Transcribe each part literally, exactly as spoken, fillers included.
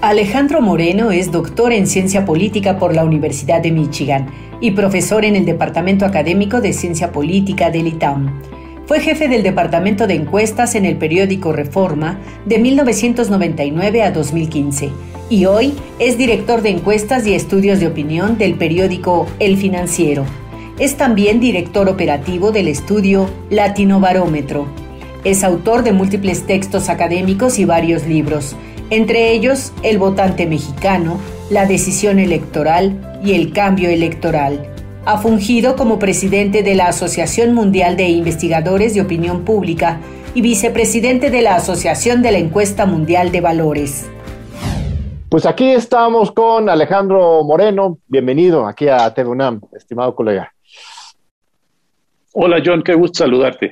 Alejandro Moreno es doctor en Ciencia Política por la Universidad de Michigan y profesor en el Departamento Académico de Ciencia Política del I T A M. Fue jefe del Departamento de Encuestas en el periódico Reforma de mil novecientos noventa y nueve a dos mil quince y hoy es director de encuestas y estudios de opinión del periódico El Financiero. Es también director operativo del estudio Latinobarómetro. Es autor de múltiples textos académicos y varios libros, entre ellos El votante mexicano, La decisión electoral y El cambio electoral. Ha fungido como presidente de la Asociación Mundial de Investigadores de Opinión Pública y vicepresidente de la Asociación de la Encuesta Mundial de Valores. Pues aquí estamos con Alejandro Moreno. Bienvenido aquí a T V UNAM, estimado colega. Hola John, qué gusto saludarte.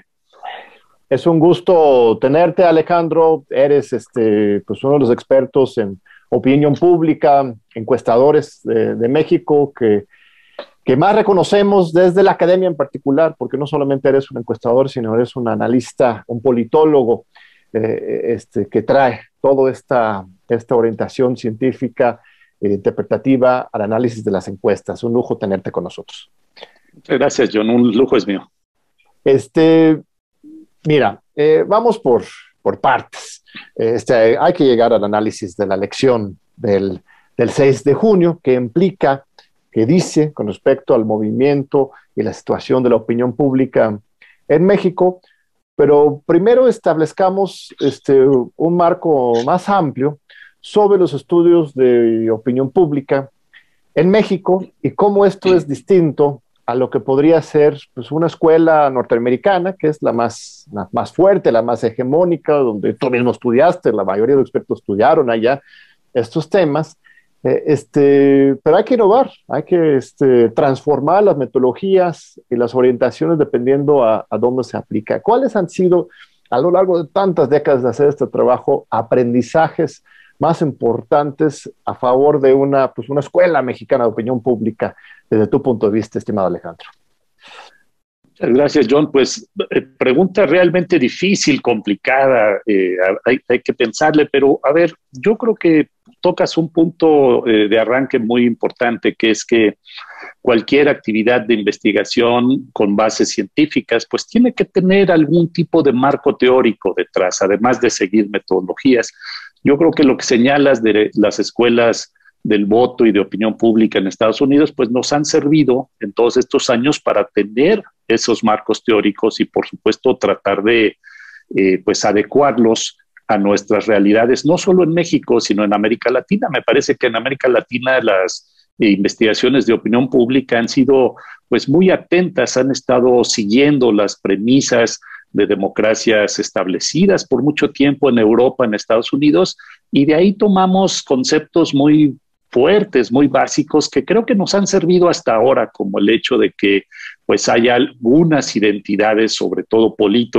Es un gusto tenerte, Alejandro. Eres este, pues uno de los expertos en opinión pública, encuestadores de, de México, que, que más reconocemos desde la academia en particular, porque no solamente eres un encuestador, sino eres un analista, un politólogo eh, este, que trae toda esta, esta orientación científica e interpretativa al análisis de las encuestas. Un lujo tenerte con nosotros. Muchas gracias, John. Un lujo es mío. Este... Mira, eh, vamos por, por partes. Este, hay que llegar al análisis de la elección del, del seis de junio, que implica, que dice con respecto al movimiento y la situación de la opinión pública en México, pero primero establezcamos este, un marco más amplio sobre los estudios de opinión pública en México y cómo esto es distinto a lo que podría ser pues, una escuela norteamericana, que es la más, la más fuerte, la más hegemónica, donde tú mismo estudiaste, la mayoría de los expertos estudiaron allá estos temas, eh, este, pero hay que innovar, hay que este, transformar las metodologías y las orientaciones dependiendo a, a dónde se aplica. ¿Cuáles han sido, a lo largo de tantas décadas de hacer este trabajo, aprendizajes más importantes a favor de una, pues una escuela mexicana de opinión pública desde tu punto de vista, estimado Alejandro? Muchas gracias, John. Pues eh, pregunta realmente difícil, complicada, eh, hay, hay que pensarle, pero a ver, yo creo que tocas un punto eh, de arranque muy importante, que es que cualquier actividad de investigación con bases científicas, pues tiene que tener algún tipo de marco teórico detrás, además de seguir metodologías. Yo creo que lo que señalas de las escuelas del voto y de opinión pública en Estados Unidos, pues nos han servido en todos estos años para tener esos marcos teóricos y, por supuesto, tratar de eh, pues adecuarlos a nuestras realidades, no solo en México, sino en América Latina. Me parece que en América Latina las eh, investigaciones de opinión pública han sido pues muy atentas, han estado siguiendo las premisas de democracias establecidas por mucho tiempo en Europa, en Estados Unidos, y de ahí tomamos conceptos muy fuertes, muy básicos, que creo que nos han servido hasta ahora, como el hecho de que pues hay algunas identidades, sobre todo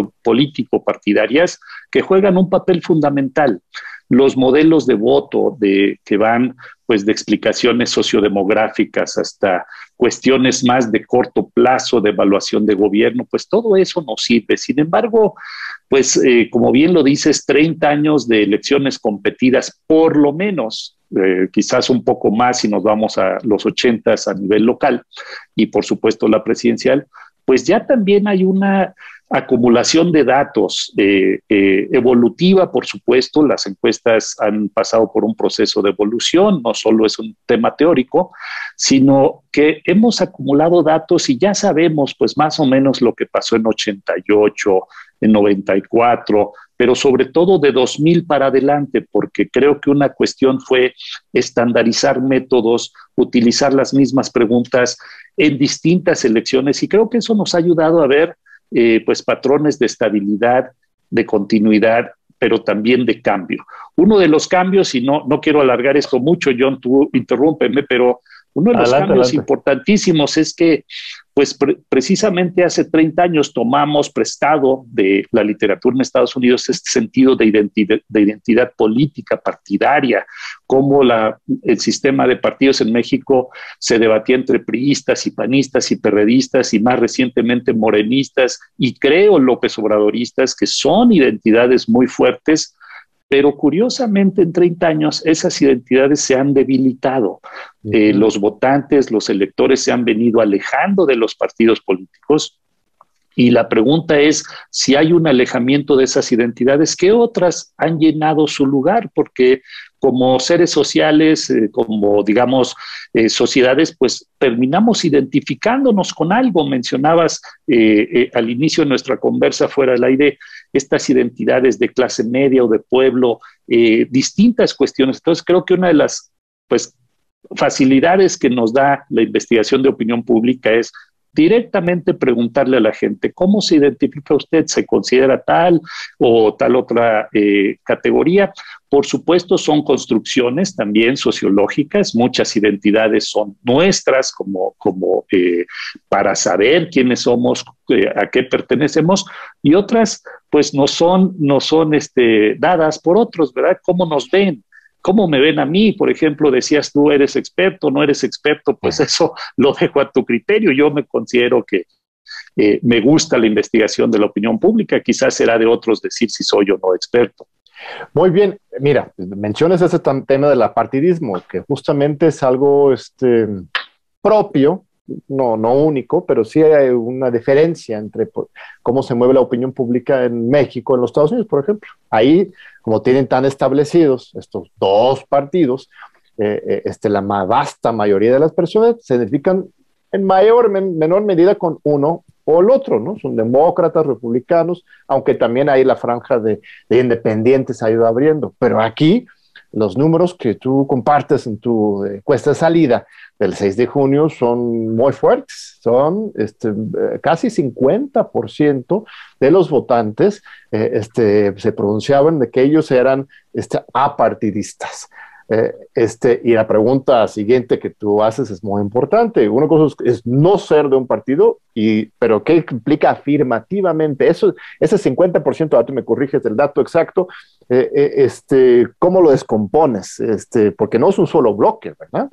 político-partidarias, que juegan un papel fundamental. Los modelos de voto de, que van pues de explicaciones sociodemográficas hasta cuestiones más de corto plazo de evaluación de gobierno, pues todo eso nos sirve. Sin embargo, pues eh, como bien lo dices, treinta años de elecciones competidas, por lo menos, eh, quizás un poco más si nos vamos a los ochentas a nivel local y por supuesto la presidencial, pues ya también hay una acumulación de datos eh, eh, evolutiva, por supuesto. Las encuestas han pasado por un proceso de evolución, no solo es un tema teórico, sino que hemos acumulado datos y ya sabemos pues más o menos lo que pasó en ochenta y ocho, en noventa y cuatro, pero sobre todo de dos mil para adelante, porque creo que una cuestión fue estandarizar métodos, utilizar las mismas preguntas en distintas elecciones, y creo que eso nos ha ayudado a ver Eh, pues patrones de estabilidad, de continuidad, pero también de cambio. Uno de los cambios, y no, no quiero alargar esto mucho, John, tú interrúmpeme, pero uno de los Adelante, cambios adelante. importantísimos es que pues pre precisamente hace treinta años tomamos prestado de la literatura en Estados Unidos este sentido de identidad, de identidad política partidaria, cómo la, el sistema de partidos en México se debatía entre priistas y panistas y perredistas y más recientemente morenistas y creo López Obradoristas, que son identidades muy fuertes pero curiosamente en treinta años esas identidades se han debilitado. Uh-huh. Eh, los votantes, los electores se han venido alejando de los partidos políticos. Y la pregunta es, si hay un alejamiento de esas identidades, ¿qué otras han llenado su lugar? Porque como seres sociales, eh, como digamos eh, sociedades, pues terminamos identificándonos con algo. Mencionabas eh, eh, al inicio de nuestra conversa fuera del aire estas identidades de clase media o de pueblo, eh, distintas cuestiones. Entonces creo que una de las pues, facilidades que nos da la investigación de opinión pública es directamente preguntarle a la gente cómo se identifica usted, se considera tal o tal otra eh, categoría. Por supuesto, son construcciones también sociológicas, muchas identidades son nuestras como, como eh, para saber quiénes somos, eh, a qué pertenecemos, y otras pues no son, no son este, dadas por otros, ¿verdad? ¿Cómo nos ven? ¿Cómo me ven a mí? Por ejemplo, decías tú, ¿eres experto? ¿No eres experto? Pues eso lo dejo a tu criterio. Yo me considero que eh, me gusta la investigación de la opinión pública. Quizás será de otros decir si soy o no experto. Muy bien. Mira, mencionas ese tema del apartidismo, que justamente es algo este, propio, no, no único, pero sí hay una diferencia entre cómo se mueve la opinión pública en México, en los Estados Unidos, por ejemplo. Ahí, como tienen tan establecidos estos dos partidos, eh, este, la más vasta mayoría de las personas se identifican en mayor o menor medida con uno o el otro, ¿no? Son demócratas, republicanos, aunque también ahí la franja de, de independientes ha ido abriendo. Pero aquí, los números que tú compartes en tu encuesta de salida del seis de junio son muy fuertes, son este, casi cincuenta por ciento de los votantes eh, este, se pronunciaban de que ellos eran este, apartidistas. Eh, este, y la pregunta siguiente que tú haces es muy importante. Una cosa es, es no ser de un partido, y, pero ¿qué implica afirmativamente? Eso, ese cincuenta por ciento, ahora tú me corriges el dato exacto, eh, eh, este, ¿cómo lo descompones? Este, porque no es un solo bloque, ¿verdad?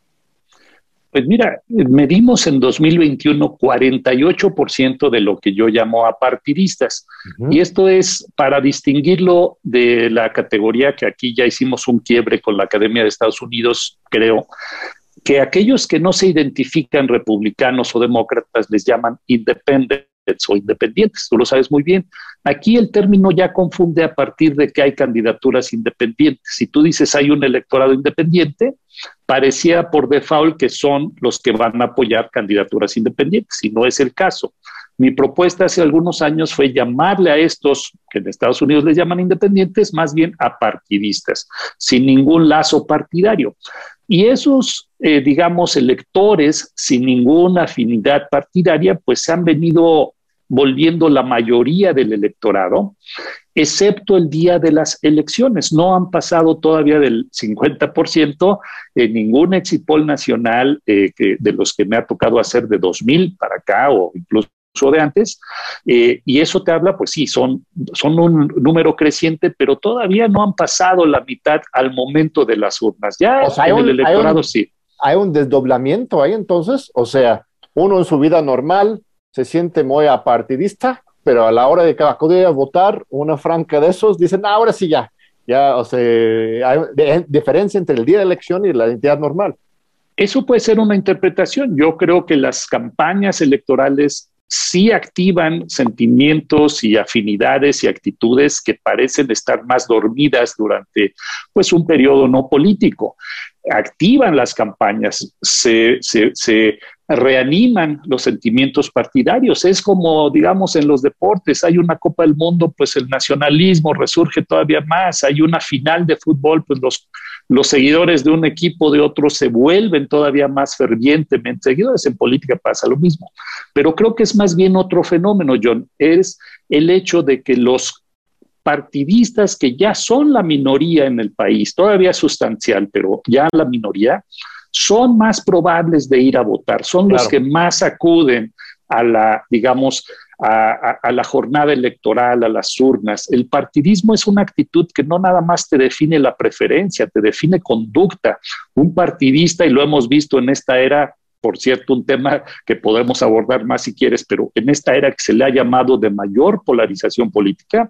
Pues mira, medimos en dos mil veintiuno cuarenta y ocho por ciento de lo que yo llamo apartidistas. Uh-huh. Y esto es para distinguirlo de la categoría que aquí ya hicimos un quiebre con la Academia de Estados Unidos, creo, que aquellos que no se identifican republicanos o demócratas les llaman independents o independientes. Tú lo sabes muy bien. Aquí el término ya confunde a partir de que hay candidaturas independientes. Si tú dices hay un electorado independiente, parecía por default que son los que van a apoyar candidaturas independientes, y no es el caso. Mi propuesta hace algunos años fue llamarle a estos, que en Estados Unidos les llaman independientes, más bien apartidistas, sin ningún lazo partidario. Y esos, eh, digamos, electores sin ninguna afinidad partidaria, pues se han venido volviendo la mayoría del electorado, excepto el día de las elecciones. No han pasado todavía del cincuenta por ciento en ningún exit poll nacional eh, que, de los que me ha tocado hacer de dos mil para acá o incluso de antes, eh, y eso te habla, pues sí, son, son un número creciente, pero todavía no han pasado la mitad al momento de las urnas. Ya o sea, en un, el electorado un, sí. Hay un desdoblamiento ahí entonces, o sea, uno en su vida normal se siente muy apartidista, pero a la hora de que acude a votar, una franca de esos dicen, ah, ahora sí ya, ya, o sea, hay de, diferencia entre el día de elección y la identidad normal. Eso puede ser una interpretación. Yo creo que las campañas electorales sí activan sentimientos y afinidades y actitudes que parecen estar más dormidas durante pues, un periodo no político. Activan las campañas, se, se, se reaniman los sentimientos partidarios. Es como, digamos, en los deportes, hay una Copa del Mundo, pues el nacionalismo resurge todavía más, hay una final de fútbol, pues los, los seguidores de un equipo de otro se vuelven todavía más fervientemente seguidores. En política pasa lo mismo, pero creo que es más bien otro fenómeno, John, es el hecho de que los partidistas que ya son la minoría en el país, todavía sustancial, pero ya la minoría, son más probables de ir a votar, son claro. los que más acuden a la, digamos, a, a, a la jornada electoral, a las urnas. El partidismo es una actitud que no nada más te define la preferencia, te define conducta. Un partidista, y lo hemos visto en esta era, por cierto, un tema que podemos abordar más si quieres, pero en esta era que se le ha llamado de mayor polarización política,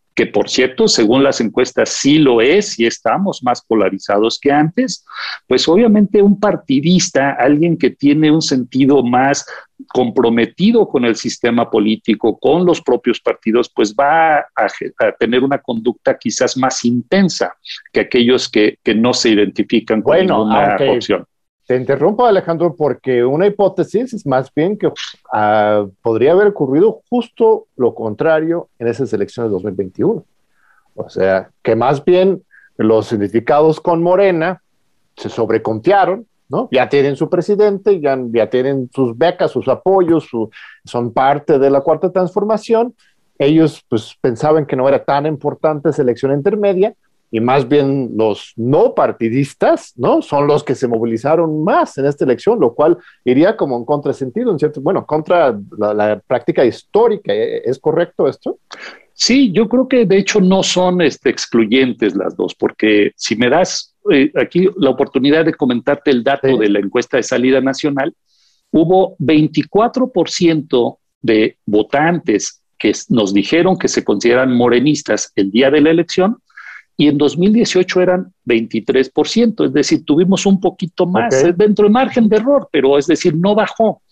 que por cierto, según las encuestas sí lo es y estamos más polarizados que antes, pues obviamente un partidista, alguien que tiene un sentido más comprometido con el sistema político, con los propios partidos, pues va a, a tener una conducta quizás más intensa que aquellos que, que no se identifican con bueno, ninguna aunque opción. Te interrumpo, Alejandro, porque una hipótesis es más bien que uh, podría haber ocurrido justo lo contrario en esas elecciones de dos mil veintiuno. O sea, que más bien los identificados con Morena se sobrecontearon, ¿no? Ya tienen su presidente, ya, ya tienen sus becas, sus apoyos, su, son parte de la Cuarta Transformación. Ellos pues pensaban que no era tan importante esa elección intermedia, y más bien los no partidistas, ¿no? Son los que se movilizaron más en esta elección, lo cual iría como en contrasentido, en cierto, bueno, contra la, la práctica histórica. ¿Es correcto esto? Sí, yo creo que de hecho no son este, excluyentes las dos, porque si me das eh, aquí la oportunidad de comentarte el dato sí. de la encuesta de salida nacional, hubo veinticuatro por ciento de votantes que nos dijeron que se consideran morenistas el día de la elección, y en dos mil dieciocho eran veintitrés por ciento, es decir, tuvimos un poquito más okay. dentro del margen de error, pero es decir, no bajó.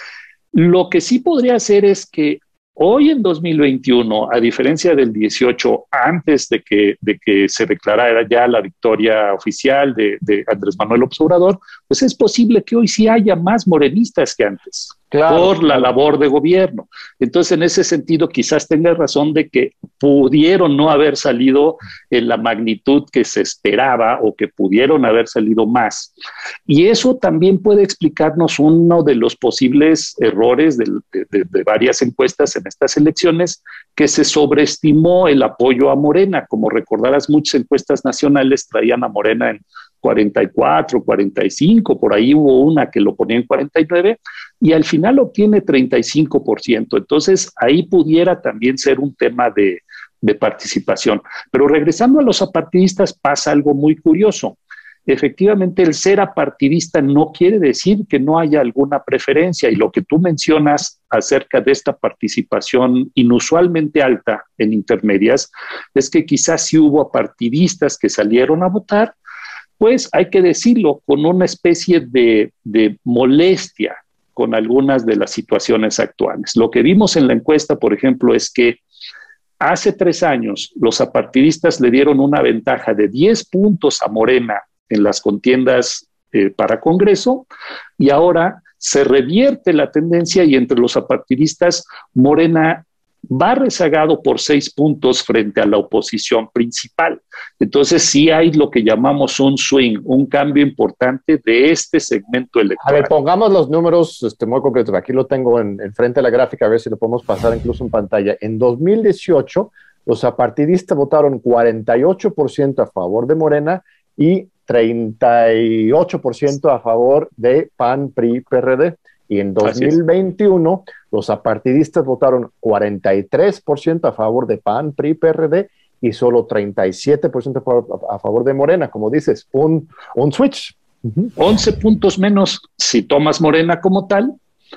Lo que sí podría hacer es que hoy en dos mil veintiuno, a diferencia del dieciocho, antes de que, de que se declarara ya la victoria oficial de, de Andrés Manuel López Obrador, pues es posible que hoy sí haya más morenistas que antes. Claro, por la claro. labor de gobierno. Entonces, en ese sentido, quizás tenga razón de que pudieron no haber salido en la magnitud que se esperaba o que pudieron haber salido más. Y eso también puede explicarnos uno de los posibles errores de, de, de varias encuestas en estas elecciones, que se sobreestimó el apoyo a Morena. Como recordarás, muchas encuestas nacionales traían a Morena en cuarenta y cuatro, cuarenta y cinco, por ahí hubo una que lo ponía en cuarenta y nueve, y al final obtiene treinta y cinco por ciento. Entonces, ahí pudiera también ser un tema de, de participación. Pero regresando a los apartidistas, pasa algo muy curioso. Efectivamente, el ser apartidista no quiere decir que no haya alguna preferencia, y lo que tú mencionas acerca de esta participación inusualmente alta en intermedias es que quizás sí hubo apartidistas que salieron a votar, pues hay que decirlo, con una especie de, de molestia con algunas de las situaciones actuales. Lo que vimos en la encuesta, por ejemplo, es que hace tres años los apartidistas le dieron una ventaja de diez puntos a Morena en las contiendas eh, para Congreso, y ahora se revierte la tendencia y entre los apartidistas Morena va rezagado por seis puntos frente a la oposición principal. Entonces sí hay lo que llamamos un swing, un cambio importante de este segmento electoral. A ver, pongamos los números este, muy concretos. Aquí lo tengo en, en frente de la gráfica, a ver si lo podemos pasar incluso en pantalla. En dos mil dieciocho, los apartidistas votaron cuarenta y ocho por ciento a favor de Morena y treinta y ocho por ciento a favor de P A N, P R I, P R D. Y en dos mil veintiuno, los apartidistas votaron cuarenta y tres por ciento a favor de P A N, P R I, P R D y solo treinta y siete por ciento a favor de Morena. Como dices, un, un switch. Uh-huh. once puntos menos si tomas Morena como tal.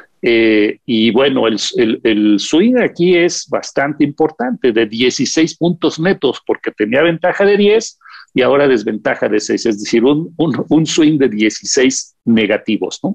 Eh, y bueno, el, el, el swing aquí es bastante importante, de dieciséis puntos netos, porque tenía ventaja de diez y ahora desventaja de seis, es decir, un, un, un swing de dieciséis negativos, ¿no?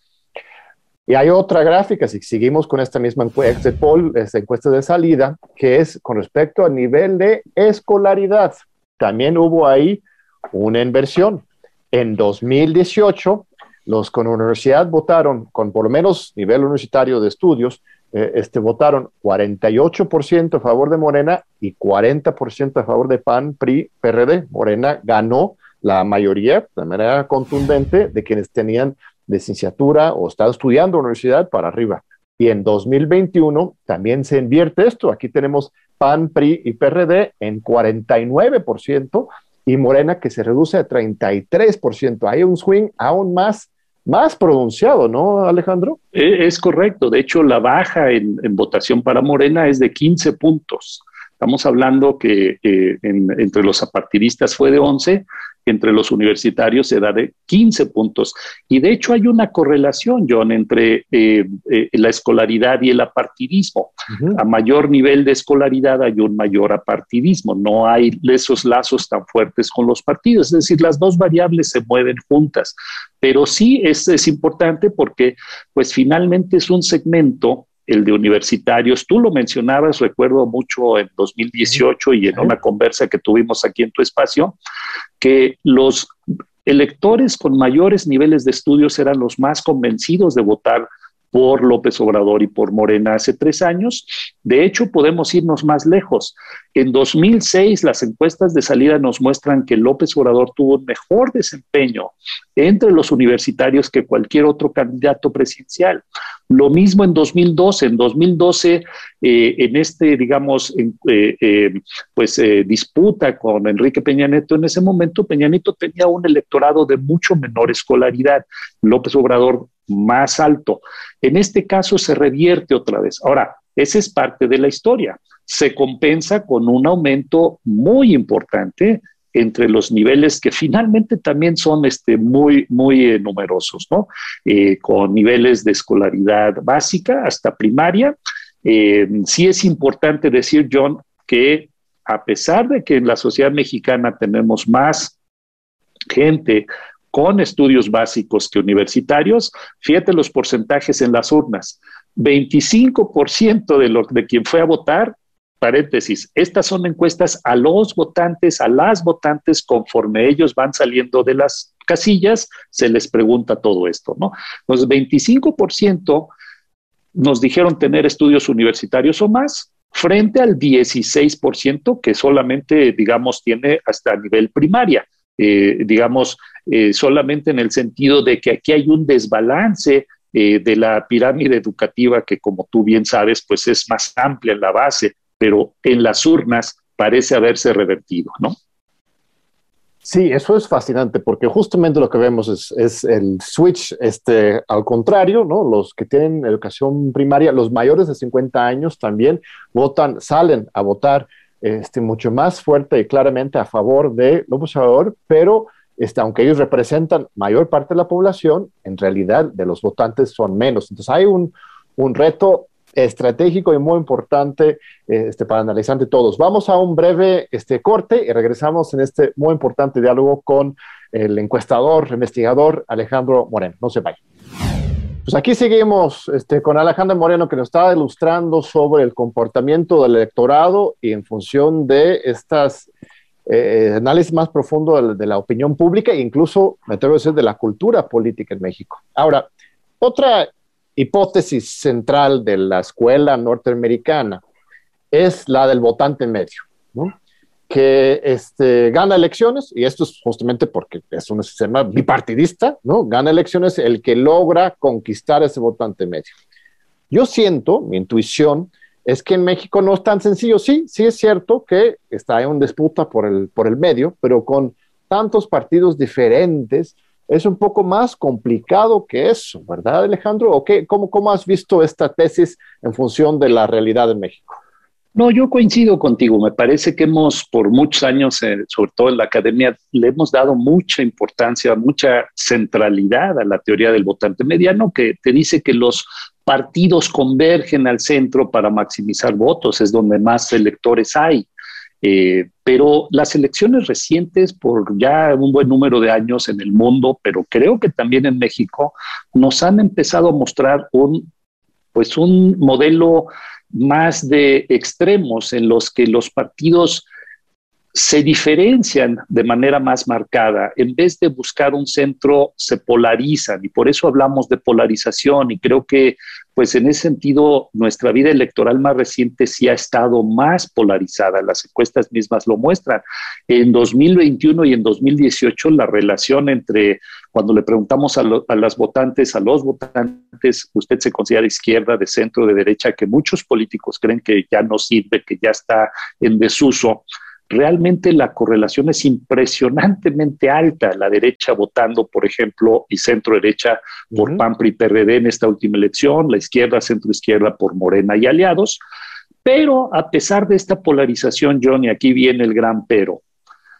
Y hay otra gráfica, si seguimos con esta misma encuesta, poll, esta encuesta de salida, que es con respecto al nivel de escolaridad. También hubo ahí una inversión. En dos mil dieciocho, los con universidad votaron, con por lo menos nivel universitario de estudios, eh, este, votaron cuarenta y ocho por ciento a favor de Morena y cuarenta por ciento a favor de P A N, P R I, P R D. Morena ganó la mayoría, de manera contundente, de quienes tenían licenciatura o está estudiando universidad para arriba. Y en dos mil veintiuno también se invierte esto. Aquí tenemos P A N, P R I y P R D en cuarenta y nueve por ciento y Morena que se reduce a treinta y tres por ciento. Hay un swing aún más, más pronunciado, ¿no, Alejandro? Es correcto. De hecho, la baja en, en votación para Morena es de quince puntos. Estamos hablando que eh, en, entre los apartidistas fue de once entre los universitarios se da de quince puntos. Y de hecho hay una correlación, John, entre eh, eh, la escolaridad y el apartidismo. Uh-huh. A mayor nivel de escolaridad hay un mayor apartidismo. No hay esos lazos tan fuertes con los partidos. Es decir, las dos variables se mueven juntas. Pero sí es, es importante porque, pues, finalmente es un segmento, el de universitarios. Tú lo mencionabas, recuerdo mucho en dos mil dieciocho y en una conversa que tuvimos aquí en tu espacio, que los electores con mayores niveles de estudios eran los más convencidos de votar por López Obrador y por Morena hace tres años. De hecho, podemos irnos más lejos. En dos mil seis, las encuestas de salida nos muestran que López Obrador tuvo un mejor desempeño entre los universitarios que cualquier otro candidato presidencial. Lo mismo en dos mil doce. En dos mil doce, eh, en este, digamos, en, eh, eh, pues eh, disputa con Enrique Peña Nieto, en ese momento Peña Nieto tenía un electorado de mucho menor escolaridad. López Obrador más alto. En este caso se revierte otra vez. Ahora, esa es parte de la historia. Se compensa con un aumento muy importante entre los niveles que finalmente también son este, muy, muy eh, numerosos, ¿no? Eh, con niveles de escolaridad básica hasta primaria. Eh, sí es importante decir, John, que a pesar de que en la sociedad mexicana tenemos más gente con estudios básicos que universitarios, fíjate los porcentajes en las urnas. veinticinco por ciento de, lo, de quien fue a votar, paréntesis, estas son encuestas a los votantes, a las votantes, conforme ellos van saliendo de las casillas, se les pregunta todo esto, ¿no? Los veinticinco por ciento nos dijeron tener estudios universitarios o más, frente al dieciséis por ciento que solamente, digamos, tiene hasta nivel primaria. Eh, digamos, eh, solamente en el sentido de que aquí hay un desbalance eh, de la pirámide educativa que, como tú bien sabes, pues es más amplia en la base, pero en las urnas parece haberse revertido, ¿no? Sí, eso es fascinante porque justamente lo que vemos es, es el switch este, al contrario, ¿no? Los que tienen educación primaria, los mayores de cincuenta años también votan, salen a votar Este, mucho más fuerte y claramente a favor de López Obrador, pero este, aunque ellos representan mayor parte de la población, en realidad de los votantes son menos. Entonces hay un, un reto estratégico y muy importante este, para analizar de todos. Vamos a un breve este, corte y regresamos en este muy importante diálogo con el encuestador, investigador Alejandro Moreno. No se vayan. Pues aquí seguimos este, con Alejandro Moreno, que nos está ilustrando sobre el comportamiento del electorado y en función de estas eh, análisis más profundo de, de la opinión pública e incluso, me atrevo a decir, de la cultura política en México. Ahora, otra hipótesis central de la escuela norteamericana es la del votante medio, ¿no? Que este, gana elecciones, y esto es justamente porque es un sistema bipartidista, ¿no? Gana elecciones el que logra conquistar ese votante medio. Yo siento, mi intuición, es que en México no es tan sencillo. Sí, sí es cierto que está en disputa por el, por el medio, pero con tantos partidos diferentes, es un poco más complicado que eso, ¿verdad, Alejandro? ¿O qué, cómo, cómo has visto esta tesis en función de la realidad de México? No, yo coincido contigo. Me parece que hemos, por muchos años, eh, sobre todo en la academia, le hemos dado mucha importancia, mucha centralidad a la teoría del votante mediano, que te dice que los partidos convergen al centro para maximizar votos, es donde más electores hay. Eh, pero las elecciones recientes, por ya un buen número de años en el mundo, pero creo que también en México, nos han empezado a mostrar un, pues un modelo más de extremos en los que los partidos se diferencian de manera más marcada. En vez de buscar un centro, se polarizan, y por eso hablamos de polarización, y creo que pues en ese sentido nuestra vida electoral más reciente sí ha estado más polarizada. Las encuestas mismas lo muestran. En dos mil veintiuno y en dos mil dieciocho la relación entre, cuando le preguntamos a, lo, a las votantes, a los votantes, usted se considera de izquierda, de centro, de derecha, que muchos políticos creen que ya no sirve, que ya está en desuso. Realmente la correlación es impresionantemente alta. La derecha votando, por ejemplo, y centro derecha por uh-huh. P A N, P R I, P R D en esta última elección, la izquierda, centro izquierda por Morena y aliados. Pero a pesar de esta polarización, John, y aquí viene el gran pero,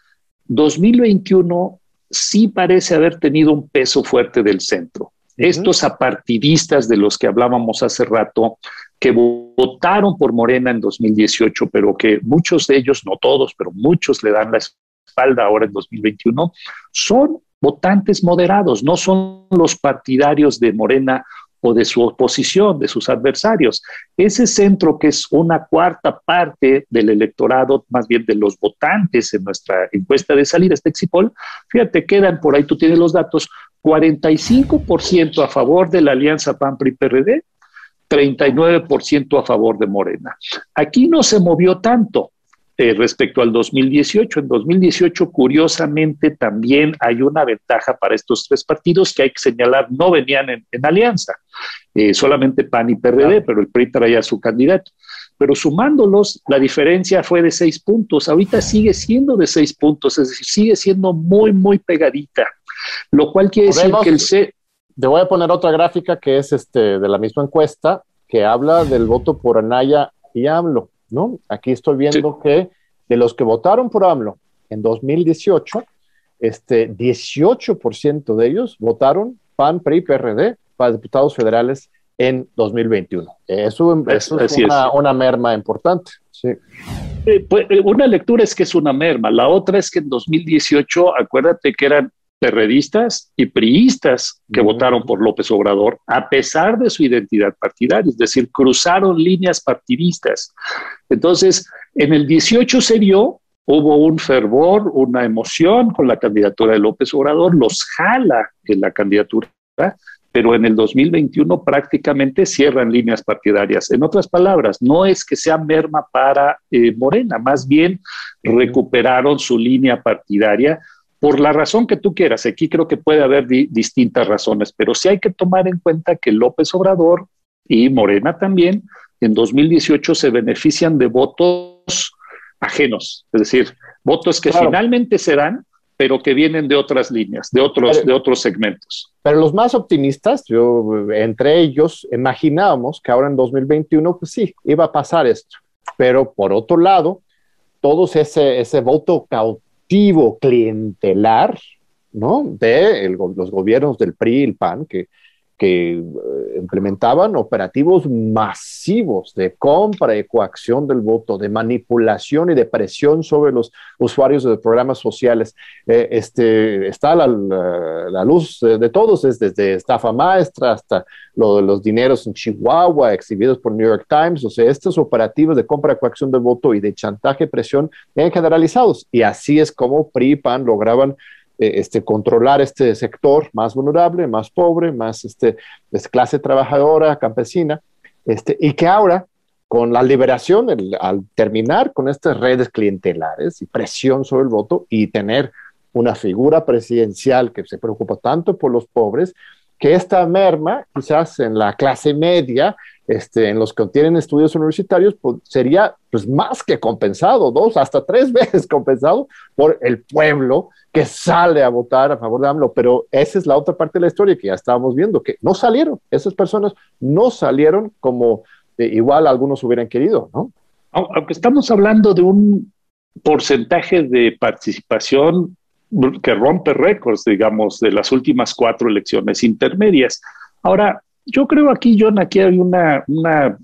dos mil veintiuno sí parece haber tenido un peso fuerte del centro. Uh-huh. Estos apartidistas de los que hablábamos hace rato, que votaron por Morena en dos mil dieciocho, pero que muchos de ellos, no todos, pero muchos le dan la espalda ahora en dos mil veintiuno, son votantes moderados, no son los partidarios de Morena o de su oposición, de sus adversarios. Ese centro, que es una cuarta parte del electorado, más bien de los votantes en nuestra encuesta de salida, este Exipol, fíjate, quedan por ahí, tú tienes los datos, cuarenta y cinco por ciento a favor de la alianza P A N P R I P R D, treinta y nueve por ciento a favor de Morena. Aquí no se movió tanto eh, respecto al dos mil dieciocho. En dos mil dieciocho, curiosamente, también hay una ventaja para estos tres partidos que hay que señalar, no venían en, en alianza, eh, solamente P A N y P R D, claro, pero el P R I traía a su candidato. Pero sumándolos, la diferencia fue de seis puntos. Ahorita sigue siendo de seis puntos, es decir, sigue siendo muy, muy pegadita, lo cual quiere Podemos, decir que el C... Te voy a poner otra gráfica que es este, de la misma encuesta, que habla del voto por Anaya y AMLO, ¿no? Aquí estoy viendo sí. que de los que votaron por AMLO en dos mil dieciocho, este, dieciocho por ciento de ellos votaron P A N, P R I, P R D para diputados federales en dos mil veintiuno. Eso, eso es, una, es una merma importante. Sí. Eh, pues, una lectura es que es una merma, la otra es que en dos mil dieciocho, acuérdate que eran perredistas y priistas que mm. votaron por López Obrador, a pesar de su identidad partidaria, es decir, cruzaron líneas partidistas. Entonces, en el dieciocho se vio, hubo un fervor, una emoción con la candidatura de López Obrador, los jala en la candidatura, pero en el dos mil veintiuno prácticamente cierran líneas partidarias. En otras palabras, no es que sea merma para eh, Morena, más bien recuperaron su línea partidaria, por la razón que tú quieras. Aquí creo que puede haber di- distintas razones, pero sí hay que tomar en cuenta que López Obrador y Morena también en dos mil dieciocho se benefician de votos ajenos, es decir, votos que claro. finalmente se dan, pero que vienen de otras líneas, de otros, pero, de otros segmentos. Pero los más optimistas, yo entre ellos, imaginábamos que ahora en dos mil veintiuno, pues sí, iba a pasar esto. Pero por otro lado, todos ese, ese voto cautivo, clientelar, ¿no? De el, los gobiernos del P R I y el P A N que, que uh, implementaban operativos masivos de compra y coacción del voto, de manipulación y de presión sobre los usuarios de programas sociales. Eh, este, está la, la, la luz de, de todos, es desde estafa maestra hasta lo de los dineros en Chihuahua exhibidos por New York Times. O sea, estos operativos de compra y coacción del voto y de chantaje y presión eran generalizados, y así es como P R I y P A N lograban Este, controlar este sector más vulnerable, más pobre, más este, este, clase trabajadora, campesina, este, y que ahora, con la liberación, el, al terminar con estas redes clientelares y presión sobre el voto y tener una figura presidencial que se preocupa tanto por los pobres, que esta merma, quizás en la clase media, este, en los que tienen estudios universitarios, pues, sería pues, más que compensado, dos hasta tres veces compensado por el pueblo que sale a votar a favor de AMLO. Pero esa es la otra parte de la historia que ya estábamos viendo, que no salieron, esas personas no salieron como eh, igual algunos hubieran querido, ¿no? Aunque estamos hablando de un porcentaje de participación que rompe récords, digamos, de las últimas cuatro elecciones intermedias. Ahora, yo creo aquí, John, aquí hay una, una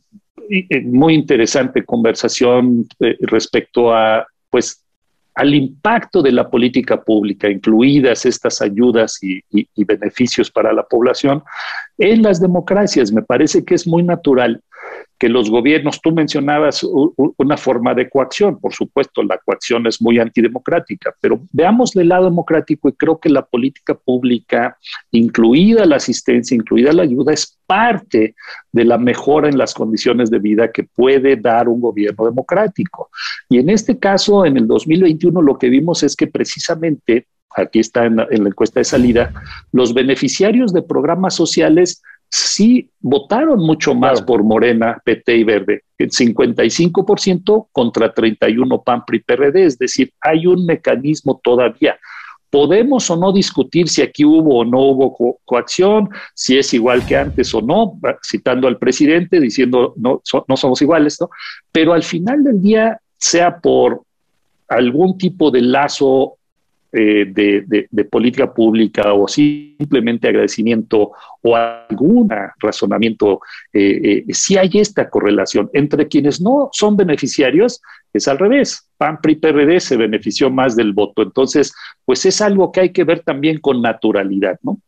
muy interesante conversación eh, respecto a, pues, al impacto de la política pública, incluidas estas ayudas y, y, y beneficios para la población en las democracias. Me parece que es muy natural que los gobiernos, tú mencionabas una forma de coacción, por supuesto la coacción es muy antidemocrática, pero veamos el lado democrático, y creo que la política pública, incluida la asistencia, incluida la ayuda, es parte de la mejora en las condiciones de vida que puede dar un gobierno democrático. Y en este caso, en el dos mil veintiuno, lo que vimos es que precisamente, aquí está en la, en la encuesta de salida, los beneficiarios de programas sociales sí votaron mucho más claro. por Morena, P T y Verde, el cincuenta y cinco por ciento contra treinta y uno P A N, P R I, P R D, es decir, hay un mecanismo todavía. Podemos o no discutir si aquí hubo o no hubo co coacción, si es igual que antes o no, citando al presidente, diciendo no, so, no somos iguales, ¿no? Pero al final del día, sea por algún tipo de lazo eh, de, de, de política pública o simplemente agradecimiento o algún razonamiento, eh, eh, sí hay esta correlación. Entre quienes no son beneficiarios, es al revés. P A N, P R I, P R D se benefició más del voto. Entonces, pues es algo que hay que ver también con naturalidad, ¿no?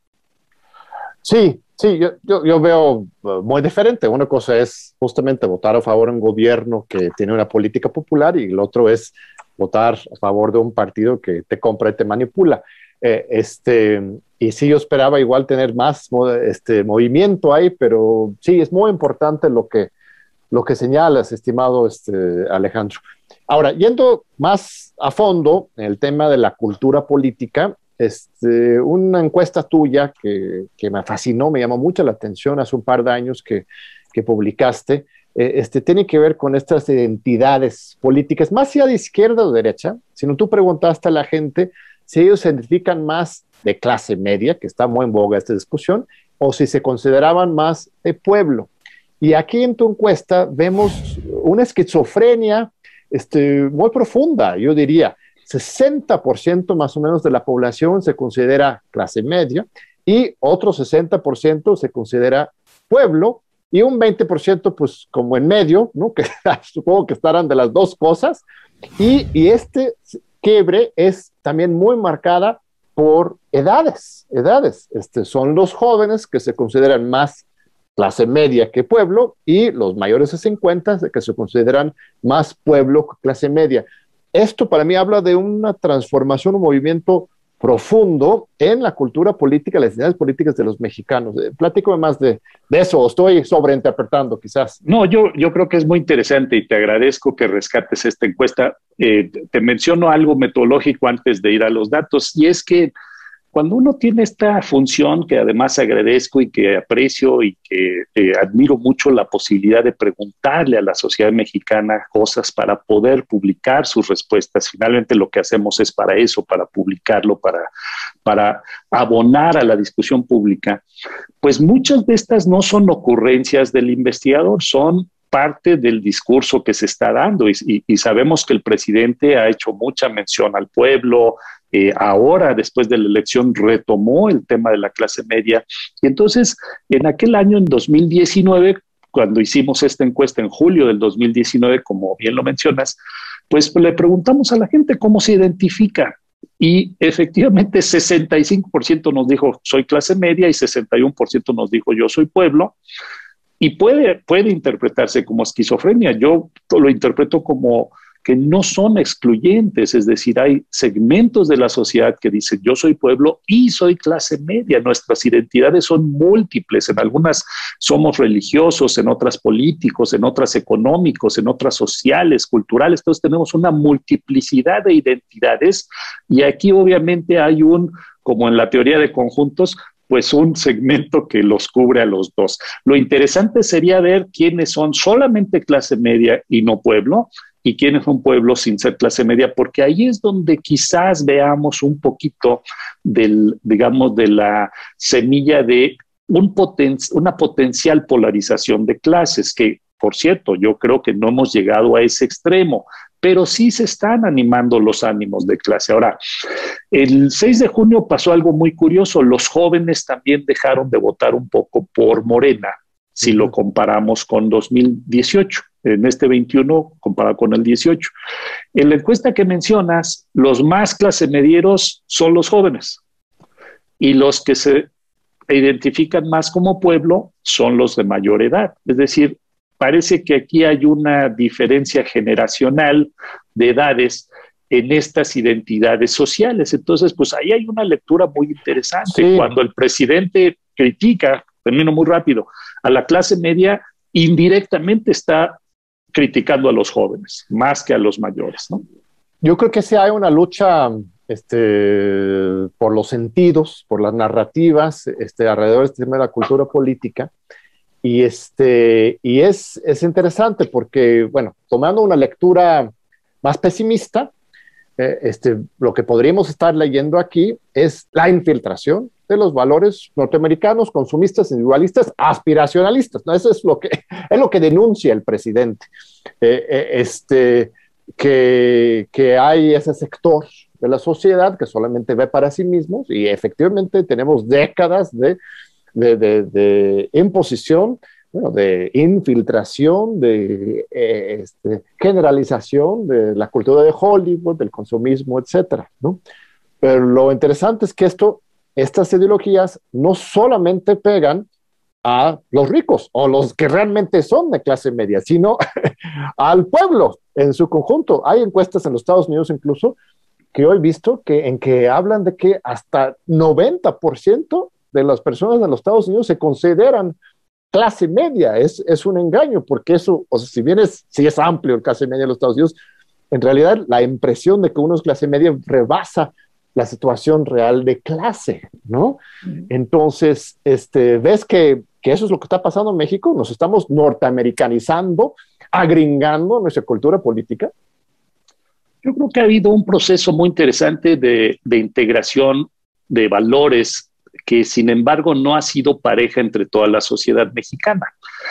Sí, sí, yo, yo, yo veo muy diferente. Una cosa es justamente votar a favor de un gobierno que tiene una política popular y el otro es votar a favor de un partido que te compra y te manipula. Eh, este, y sí, yo esperaba igual tener más este, movimiento ahí, pero sí, es muy importante lo que, lo que señalas, estimado este, Alejandro. Ahora, yendo más a fondo en el tema de la cultura política, este, una encuesta tuya que, que me fascinó, me llamó mucho la atención hace un par de años que, que publicaste, eh, este, tiene que ver con estas identidades políticas, más allá de izquierda o derecha, sino tú preguntaste a la gente si ellos se identifican más de clase media, que está muy en boga esta discusión, o si se consideraban más de pueblo. Y aquí en tu encuesta vemos una esquizofrenia este, muy profunda, yo diría. sesenta por ciento más o menos de la población se considera clase media y otro sesenta por ciento se considera pueblo y un veinte por ciento pues como en medio, ¿no? Que supongo que estarán de las dos cosas. Y, y este quiebre es también muy marcada por edades, edades. Este, son los jóvenes que se consideran más clase media que pueblo y los mayores de cincuenta que se consideran más pueblo que clase media. Esto para mí habla de una transformación, un movimiento profundo en la cultura política, las identidades políticas de los mexicanos. Eh, platícame más de, de eso, o estoy sobreinterpretando quizás. No, yo, yo creo que es muy interesante y te agradezco que rescates esta encuesta. Eh, te menciono algo metodológico antes de ir a los datos, y es que cuando uno tiene esta función, que además agradezco y que aprecio y que eh, admiro mucho la posibilidad de preguntarle a la sociedad mexicana cosas para poder publicar sus respuestas, finalmente lo que hacemos es para eso, para publicarlo, para, para abonar a la discusión pública, pues muchas de estas no son ocurrencias del investigador, son parte del discurso que se está dando y, y, y sabemos que el presidente ha hecho mucha mención al pueblo, eh, ahora después de la elección retomó el tema de la clase media y entonces en aquel año, en dos mil diecinueve, cuando hicimos esta encuesta en julio del dos mil diecinueve, como bien lo mencionas, pues le preguntamos a la gente cómo se identifica y efectivamente sesenta y cinco por ciento nos dijo soy clase media y sesenta y uno por ciento nos dijo yo soy pueblo. Y puede, puede interpretarse como esquizofrenia. Yo lo interpreto como que no son excluyentes, es decir, hay segmentos de la sociedad que dicen yo soy pueblo y soy clase media. Nuestras identidades son múltiples, en algunas somos religiosos, en otras políticos, en otras económicos, en otras sociales, culturales. Entonces tenemos una multiplicidad de identidades y aquí obviamente hay un, como en la teoría de conjuntos, pues un segmento que los cubre a los dos. Lo interesante sería ver quiénes son solamente clase media y no pueblo, y quiénes son pueblos sin ser clase media, porque ahí es donde quizás veamos un poquito del, digamos, de la semilla de un poten una potencial polarización de clases, que, por cierto, yo creo que no hemos llegado a ese extremo, pero sí se están animando los ánimos de clase. Ahora, el seis de junio pasó algo muy curioso. Los jóvenes también dejaron de votar un poco por Morena, si uh-huh. lo comparamos con dos mil dieciocho. En este veintiuno, comparado con el dieciocho. En la encuesta que mencionas, los más clase medieros son los jóvenes y los que se identifican más como pueblo son los de mayor edad. Es decir, parece que aquí hay una diferencia generacional de edades en estas identidades sociales. Entonces, pues ahí hay una lectura muy interesante. Sí. Cuando el presidente critica, termino muy rápido, a la clase media, indirectamente está criticando a los jóvenes, más que a los mayores, ¿no? Yo creo que sí hay una lucha este, por los sentidos, por las narrativas, este, alrededor de este tema de la cultura política. Y, este, y es, es interesante porque, bueno, tomando una lectura más pesimista, eh, este, lo que podríamos estar leyendo aquí es la infiltración de los valores norteamericanos, consumistas, individualistas, aspiracionalistas, ¿no? Eso es lo que, es lo que denuncia el presidente, eh, eh, este, que, que hay ese sector de la sociedad que solamente ve para sí mismos, y efectivamente tenemos décadas de, de, de, de imposición, bueno, de infiltración, de eh, este, generalización de la cultura de Hollywood, del consumismo, etcétera, ¿no? Pero lo interesante es que esto, estas ideologías no solamente pegan a los ricos o los que realmente son de clase media, sino al pueblo en su conjunto. Hay encuestas en los Estados Unidos incluso que hoy he visto que, en que hablan de que hasta noventa por ciento de las personas de los Estados Unidos se consideran clase media. Es, es un engaño, porque eso, o sea, si bien es, si es amplio el clase media de los Estados Unidos, en realidad la impresión de que uno es clase media rebasa la situación real de clase, ¿no? Entonces, este, ves que, que eso es lo que está pasando en México. Nos estamos norteamericanizando, agringando nuestra cultura política. Yo creo que ha habido un proceso muy interesante de, de integración de valores que, sin embargo, no ha sido pareja entre toda la sociedad mexicana.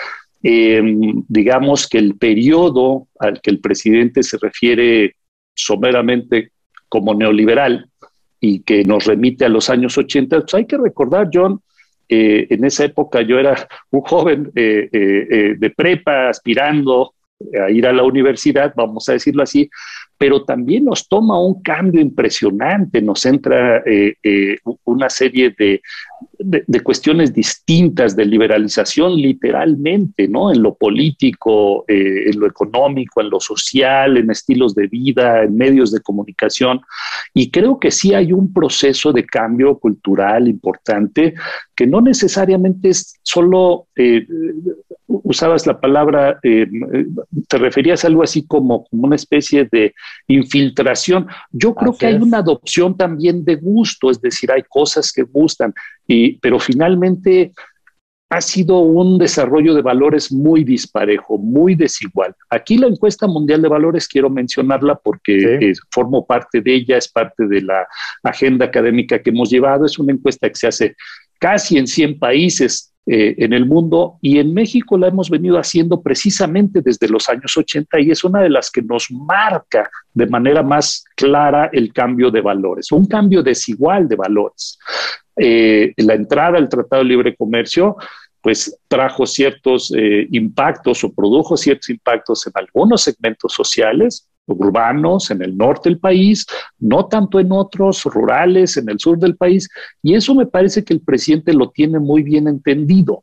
Eh, digamos que el periodo al que el presidente se refiere someramente como neoliberal y que nos remite a los años ochenta, pues hay que recordar, John, eh, en esa época yo era un joven eh, eh, eh, de prepa aspirando a ir a la universidad, vamos a decirlo así, pero también nos toma un cambio impresionante, nos entra eh, eh, una serie de, de, de cuestiones distintas de liberalización literalmente, ¿no? En lo político, eh, en lo económico, en lo social, en estilos de vida, en medios de comunicación, y creo que sí hay un proceso de cambio cultural importante que no necesariamente es solo, eh, usabas la palabra, eh, te referías a algo así como, como una especie de infiltración. Yo creo así que es. Hay una adopción también de gusto, es decir, hay cosas que gustan, y, pero finalmente ha sido un desarrollo de valores muy disparejo, muy desigual. Aquí la encuesta mundial de valores, quiero mencionarla porque sí. eh, formo parte de ella, es parte de la agenda académica que hemos llevado, es una encuesta que se hace casi en cien países eh, en el mundo, y en México la hemos venido haciendo precisamente desde los años ochenta, y es una de las que nos marca de manera más clara el cambio de valores, un cambio desigual de valores. Eh, la entrada al Tratado de Libre Comercio pues trajo ciertos eh, impactos o produjo ciertos impactos en algunos segmentos sociales, urbanos, en el norte del país, no tanto en otros, rurales, en el sur del país, y eso me parece que el presidente lo tiene muy bien entendido.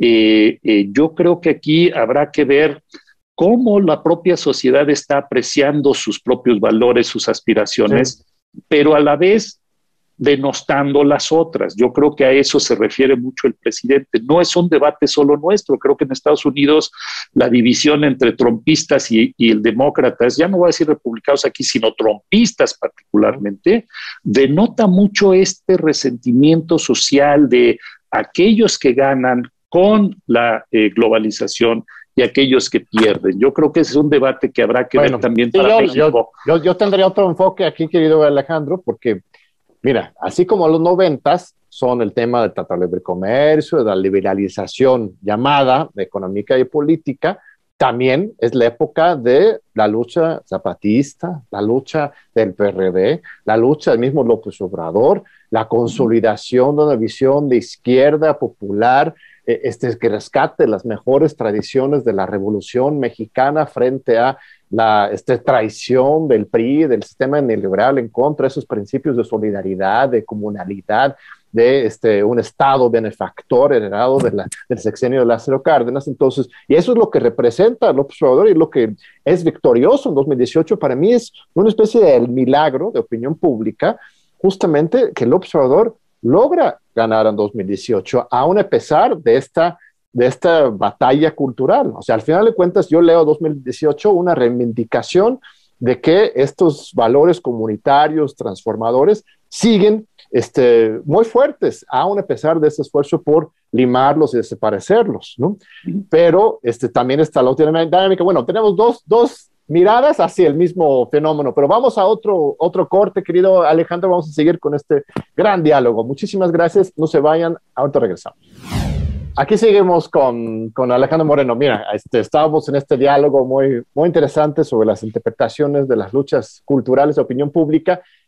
Eh, eh, yo creo que aquí habrá que ver cómo la propia sociedad está apreciando sus propios valores, sus aspiraciones, sí. pero a la vez denostando las otras. Yo creo que a eso se refiere mucho el presidente. No es un debate solo nuestro. Creo que en Estados Unidos la división entre trumpistas y, y el demócratas, ya no voy a decir republicanos aquí, sino trumpistas particularmente, denota mucho este resentimiento social de aquellos que ganan con la eh, globalización y aquellos que pierden. Yo creo que ese es un debate que habrá que bueno, ver también sí, para yo, México. Yo, yo, yo tendría otro enfoque aquí, querido Alejandro, porque mira, así como los noventas son el tema del Tratado de Libre Comercio, de la liberalización llamada económica y política, también es la época de la lucha zapatista, la lucha del P R D, la lucha del mismo López Obrador, la consolidación de una visión de izquierda popular, eh, este, que rescate las mejores tradiciones de la Revolución Mexicana frente a la este, traición del P R I, del sistema neoliberal, en contra de esos principios de solidaridad, de comunalidad, de este, un Estado benefactor heredado de la, del sexenio de Lázaro Cárdenas. Entonces, y eso es lo que representa López Obrador y lo que es victorioso en dos mil dieciocho. Para mí es una especie de milagro de opinión pública, justamente que López Obrador logra ganar en dos mil dieciocho, aún a pesar de esta de esta batalla cultural. O sea, al final de cuentas, yo leo dos mil dieciocho una reivindicación de que estos valores comunitarios transformadores siguen este, muy fuertes, aún a pesar de ese esfuerzo por limarlos y desaparecerlos, ¿no? Pero este, también está la otra dinámica. Bueno, tenemos dos, dos miradas hacia el mismo fenómeno, pero vamos a otro, otro corte, querido Alejandro, vamos a seguir con este gran diálogo. Muchísimas gracias, no se vayan, ahorita regresamos. Aquí seguimos con, con Alejandro Moreno. Mira, este, estábamos en este diálogo muy, muy interesante sobre las interpretaciones de las luchas culturales de opinión pública,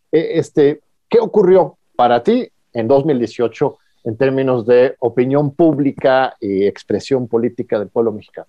Eh, este, ¿qué ocurrió para ti en dos mil dieciocho en términos de opinión pública y expresión política del pueblo mexicano?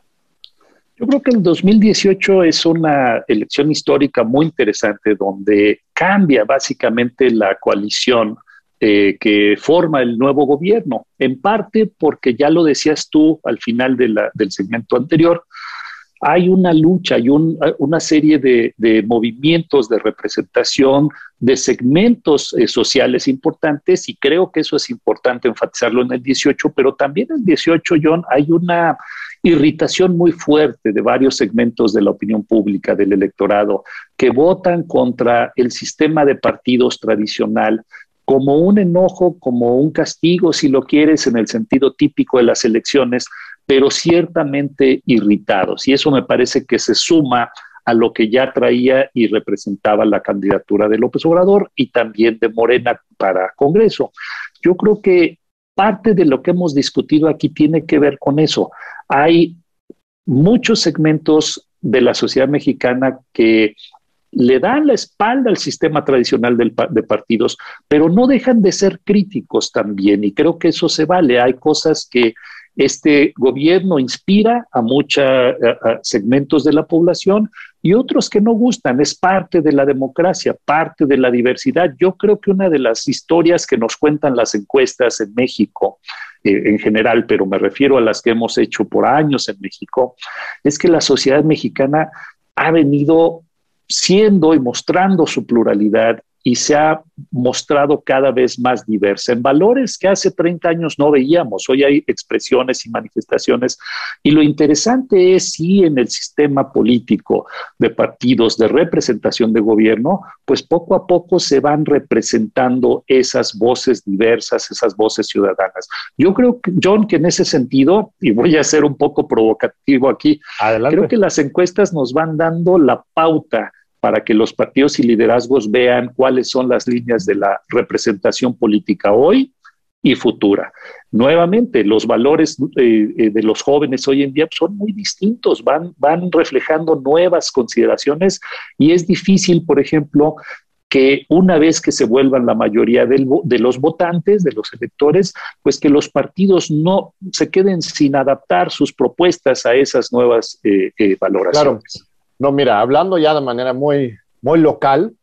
Yo creo que el dos mil dieciocho es una elección histórica muy interesante donde cambia básicamente la coalición eh, que forma el nuevo gobierno, en parte porque ya lo decías tú al final de la, del segmento anterior, hay una lucha, hay un, una serie de, de movimientos de representación de segmentos eh, sociales importantes y creo que eso es importante enfatizarlo en el dieciocho, pero también en el dieciocho, John, hay una irritación muy fuerte de varios segmentos de la opinión pública, del electorado, que votan contra el sistema de partidos tradicional como un enojo, como un castigo, si lo quieres, en el sentido típico de las elecciones, pero ciertamente irritados. Y eso me parece que se suma a lo que ya traía y representaba la candidatura de López Obrador y también de Morena para Congreso. Yo creo que parte de lo que hemos discutido aquí tiene que ver con eso. Hay muchos segmentos de la sociedad mexicana que le dan la espalda al sistema tradicional del, de partidos, pero no dejan de ser críticos también, y creo que eso se vale. Hay cosas que este gobierno inspira a muchos segmentos de la población y otros que no gustan. Es parte de la democracia, parte de la diversidad. Yo creo que una de las historias que nos cuentan las encuestas en México, eh, en general, pero me refiero a las que hemos hecho por años en México, es que la sociedad mexicana ha venido siendo y mostrando su pluralidad y se ha mostrado cada vez más diversa en valores que hace treinta años no veíamos. Hoy hay expresiones y manifestaciones, y lo interesante es si en el sistema político de partidos de representación de gobierno, pues poco a poco se van representando esas voces diversas, esas voces ciudadanas. Yo creo, que, John, que en ese sentido, y voy a ser un poco provocativo aquí, adelante, creo que las encuestas nos van dando la pauta para que los partidos y liderazgos vean cuáles son las líneas de la representación política hoy y futura. Nuevamente, los valores eh, de los jóvenes hoy en día son muy distintos, van, van reflejando nuevas consideraciones, y es difícil, por ejemplo, que una vez que se vuelvan la mayoría del, de los votantes, de los electores, pues que los partidos no se queden sin adaptar sus propuestas a esas nuevas eh, eh, valoraciones. Claro. No, mira, hablando ya de manera muy, muy local,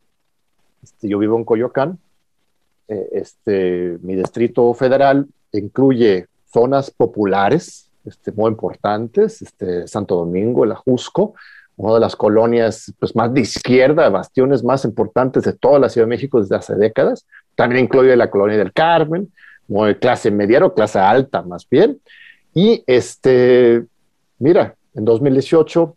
este, yo vivo en Coyoacán, eh, este, mi distrito federal incluye zonas populares este, muy importantes, este, Santo Domingo, el Ajusco, una de las colonias pues, más de izquierda, bastiones más importantes de toda la Ciudad de México desde hace décadas. También incluye la colonia del Carmen, muy clase media o clase alta más bien. Y este, mira, en dos mil dieciocho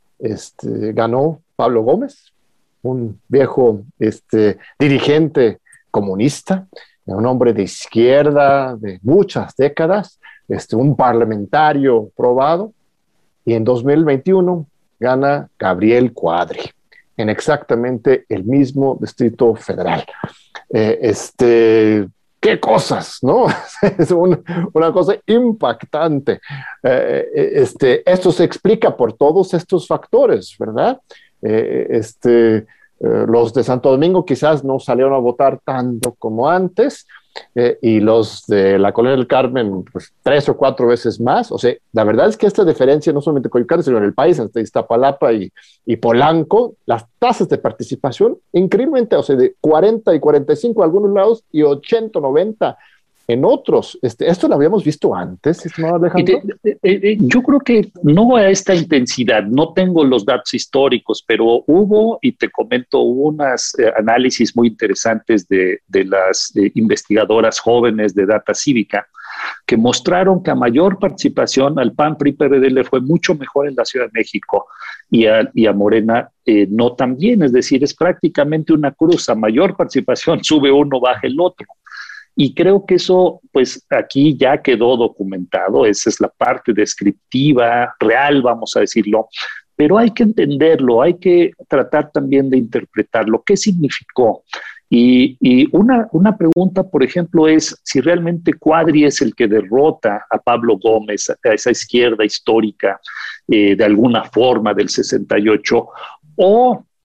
Este, ganó Pablo Gómez, un viejo este, dirigente comunista, un hombre de izquierda de muchas décadas, este, un parlamentario probado, y en dos mil veintiuno gana Gabriel Cuadri, en exactamente el mismo Distrito Federal. Eh, este... ¡Qué cosas!, ¿no? Es un, una cosa impactante. Eh, este, esto se explica por todos estos factores, ¿verdad? Eh, este, eh, los de Santo Domingo quizás no salieron a votar tanto como antes, eh, y los de la Colonia del Carmen, pues tres o cuatro veces más. O sea, la verdad es que esta diferencia no solamente en Coyoacán, sino en el país, entre Iztapalapa y, y Polanco, las tasas de participación increíblemente, o sea, de cuarenta y cuarenta y cinco en algunos lados y ochenta, noventa en otros. Este, ¿Esto lo habíamos visto antes, estimado Alejandro? Eh, eh, eh, yo creo que no a esta intensidad, no tengo los datos históricos, pero hubo, y te comento, unos eh, análisis muy interesantes de, de las de investigadoras jóvenes de Data Cívica, que mostraron que a mayor participación al P A N, P R I, P R D le fue mucho mejor en la Ciudad de México, y a, y a Morena eh, no tan bien. Es decir, es prácticamente una cruz: a mayor participación sube uno, baja el otro. Y creo que eso, pues aquí ya quedó documentado. Esa es la parte descriptiva, real, vamos a decirlo, pero hay que entenderlo, hay que tratar también de interpretarlo. ¿Qué significó? Y, y una, una pregunta, por ejemplo, es si realmente Cuadri es el que derrota a Pablo Gómez, a esa izquierda histórica, eh, de alguna forma del sesenta y ocho, o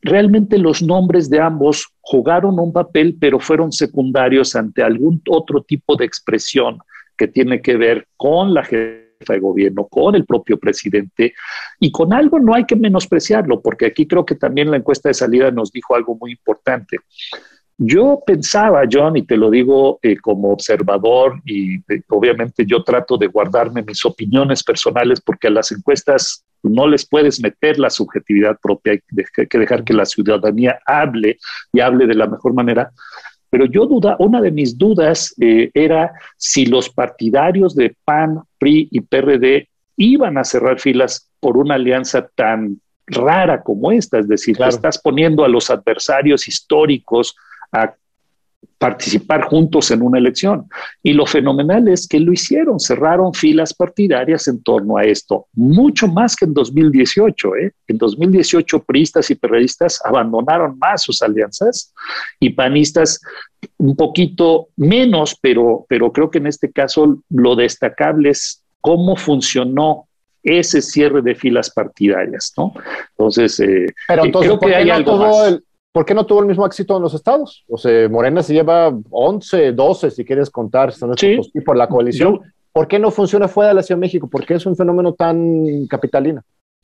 realmente los nombres de ambos jugaron un papel, pero fueron secundarios ante algún otro tipo de expresión que tiene que ver con la jefa de gobierno, con el propio presidente, y con algo no hay que menospreciarlo, porque aquí creo que también la encuesta de salida nos dijo algo muy importante. Yo pensaba, John, y te lo digo eh, como observador, y eh, obviamente yo trato de guardarme mis opiniones personales, porque a las encuestas no les puedes meter la subjetividad propia, hay que dejar que la ciudadanía hable y hable de la mejor manera. Pero yo duda, una de mis dudas eh, era si los partidarios de P A N, P R I y P R D iban a cerrar filas por una alianza tan rara como esta, es decir, claro, que estás poniendo a los adversarios históricos a participar juntos en una elección. Y lo fenomenal es que lo hicieron, cerraron filas partidarias en torno a esto, mucho más que en dos mil dieciocho. ¿eh? En dos mil dieciocho, priistas y perredistas abandonaron más sus alianzas y panistas un poquito menos, pero, pero creo que en este caso lo destacable es cómo funcionó ese cierre de filas partidarias, ¿no? Entonces, eh, pero entonces creo que hay no algo más. El... ¿Por qué no tuvo el mismo éxito en los estados? O sea, Morena se lleva once, doce, si quieres contar, sí, por la coalición. Yo, ¿Por qué no funciona fuera de la Ciudad de México? ¿Por qué es un fenómeno tan capitalino?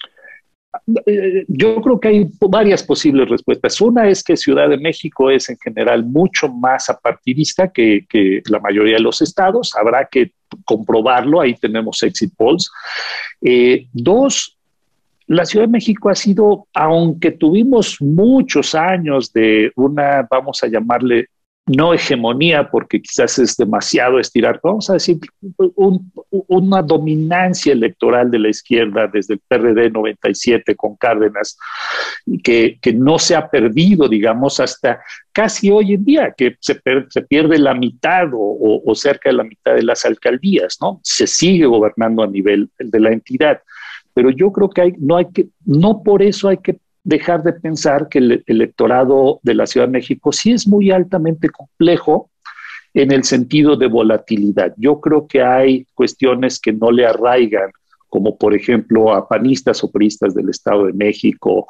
Yo creo que hay varias posibles respuestas. Una es que Ciudad de México es en general mucho más apartidista que, que la mayoría de los estados. Habrá que comprobarlo, ahí tenemos exit polls. Eh, dos, la Ciudad de México ha sido, aunque tuvimos muchos años de una, vamos a llamarle, no hegemonía, porque quizás es demasiado estirar, vamos a decir, un, una dominancia electoral de la izquierda desde el P R D noventa y siete con Cárdenas, que, que no se ha perdido, digamos, hasta casi hoy en día, que se, per, se pierde la mitad o, o, o cerca de la mitad de las alcaldías, ¿no? Se sigue gobernando a nivel de la entidad. Pero yo creo que hay, no hay que, no por eso hay que dejar de pensar que el electorado de la Ciudad de México sí es muy altamente complejo en el sentido de volatilidad. Yo creo que hay cuestiones que no le arraigan, como por ejemplo a panistas o priistas del Estado de México,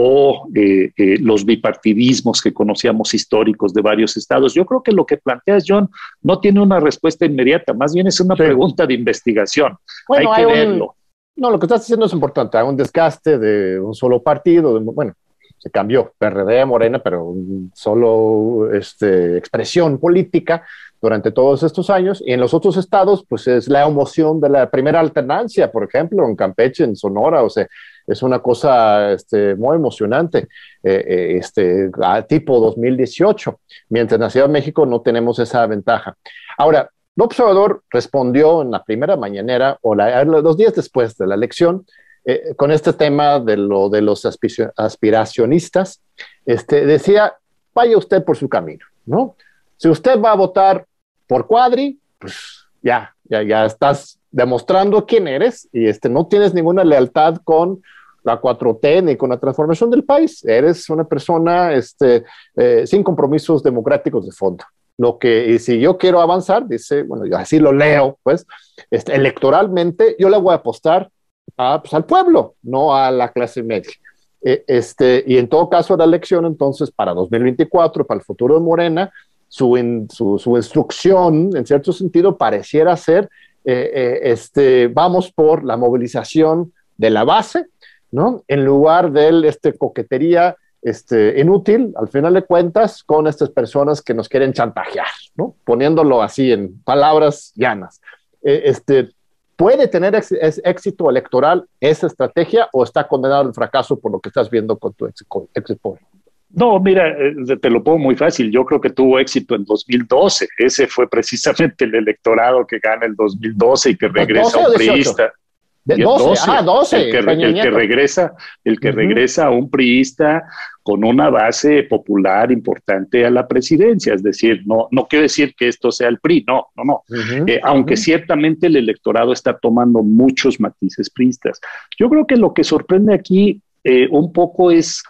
o eh, eh, los bipartidismos que conocíamos históricos de varios estados. Yo creo que lo que planteas, John, no tiene una respuesta inmediata, más bien es una sí. pregunta de investigación. Bueno, hay que hay verlo. Un... No, lo que estás diciendo es importante. Hay un desgaste de un solo partido. De, bueno, se cambió P R D, Morena, pero un solo este, expresión política durante todos estos años. Y en los otros estados, pues es la emoción de la primera alternancia, por ejemplo, en Campeche, en Sonora. O sea, es una cosa este, muy emocionante, eh, este, a tipo dos mil dieciocho. Mientras en la Ciudad de México no tenemos esa ventaja. Ahora, López Obrador respondió en la primera mañanera o la, los días después de la elección eh, con este tema de, lo, de los aspiracionistas. Este, decía, vaya usted por su camino, ¿no? Si usted va a votar por Cuadri, pues ya, ya, ya estás demostrando quién eres y este, no tienes ninguna lealtad con la cuatro T ni con la transformación del país. Eres una persona este, eh, sin compromisos democráticos de fondo. Lo que, y si yo quiero avanzar, dice, bueno, yo así lo leo, pues, este, electoralmente, yo le voy a apostar a, pues, al pueblo, no a la clase media. Eh, este, y en todo caso, la elección, entonces, para dos mil veinticuatro, para el futuro de Morena, su, in, su, su instrucción, en cierto sentido, pareciera ser, eh, eh, este, vamos por la movilización de la base, ¿no? En lugar de este, coquetería Este, inútil, al final de cuentas, con estas personas que nos quieren chantajear, ¿no? Poniéndolo así en palabras llanas. Eh, este, ¿Puede tener ex, ex, éxito electoral esa estrategia o está condenado al fracaso por lo que estás viendo con tu exit poll? No, mira, te lo pongo muy fácil. Yo creo que tuvo éxito en dos mil doce. Ese fue precisamente el electorado que gana el dos mil doce y que regresa un priista. De doce, doce, ah, doce. El que, el que regresa, el que uh-huh. regresa a un priista con una base popular importante a la presidencia. Es decir, no, no quiero decir que esto sea el P R I, no, no, no. Uh-huh. Eh, aunque uh-huh. ciertamente el electorado está tomando muchos matices priistas. Yo creo que lo que sorprende aquí eh, un poco es,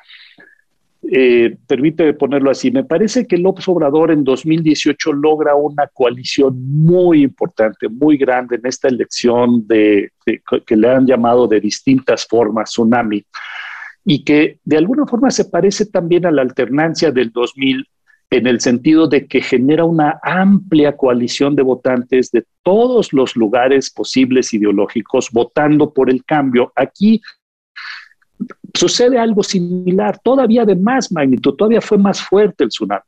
eh, permíteme ponerlo así, me parece que López Obrador en dos mil dieciocho logra una coalición muy importante, muy grande en esta elección de, de, que le han llamado de distintas formas tsunami. y que de alguna forma se parece también a la alternancia del dos mil, en el sentido de que genera una amplia coalición de votantes de todos los lugares posibles ideológicos votando por el cambio. Aquí sucede algo similar, todavía de más magnitud, todavía fue más fuerte el tsunami.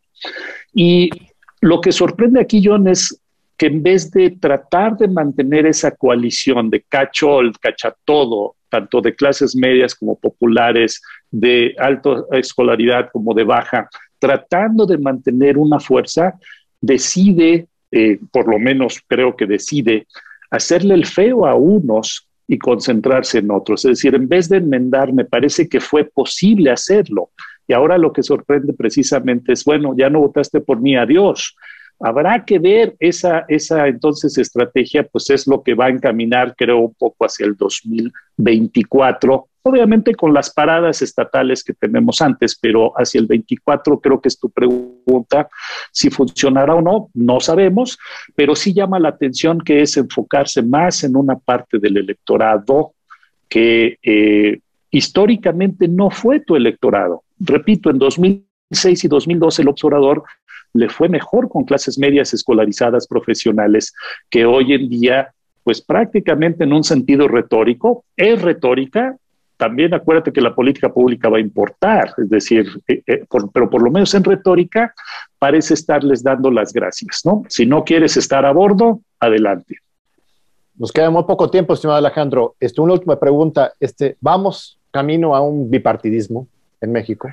Y lo que sorprende aquí, John, es que en vez de tratar de mantener esa coalición de catch-all, cacha-todo, tanto de clases medias como populares, de alta escolaridad como de baja, tratando de mantener una fuerza, decide, eh, por lo menos creo que decide, hacerle el feo a unos y concentrarse en otros. Es decir, en vez de enmendar, me parece que fue posible hacerlo. Y ahora lo que sorprende precisamente es, bueno, ya no votaste por mí, adiós. Habrá que ver esa, esa entonces estrategia, pues es lo que va a encaminar, creo, un poco hacia el dos mil veinticuatro, obviamente con las paradas estatales que tenemos antes, pero hacia el veinticuatro creo que es tu pregunta, si funcionará o no, no sabemos, pero sí llama la atención que es enfocarse más en una parte del electorado que eh, históricamente no fue tu electorado. Repito, en dos mil seis y dos mil doce el observador le fue mejor con clases medias escolarizadas profesionales que hoy en día, pues prácticamente en un sentido retórico, es retórica. También acuérdate que la política pública va a importar, es decir, eh, eh, por, pero por lo menos en retórica parece estarles dando las gracias, ¿no? Si no quieres estar a bordo, adelante. Nos queda muy poco tiempo, estimado Alejandro. Este, una última pregunta. Este, ¿Vamos camino a un bipartidismo en México?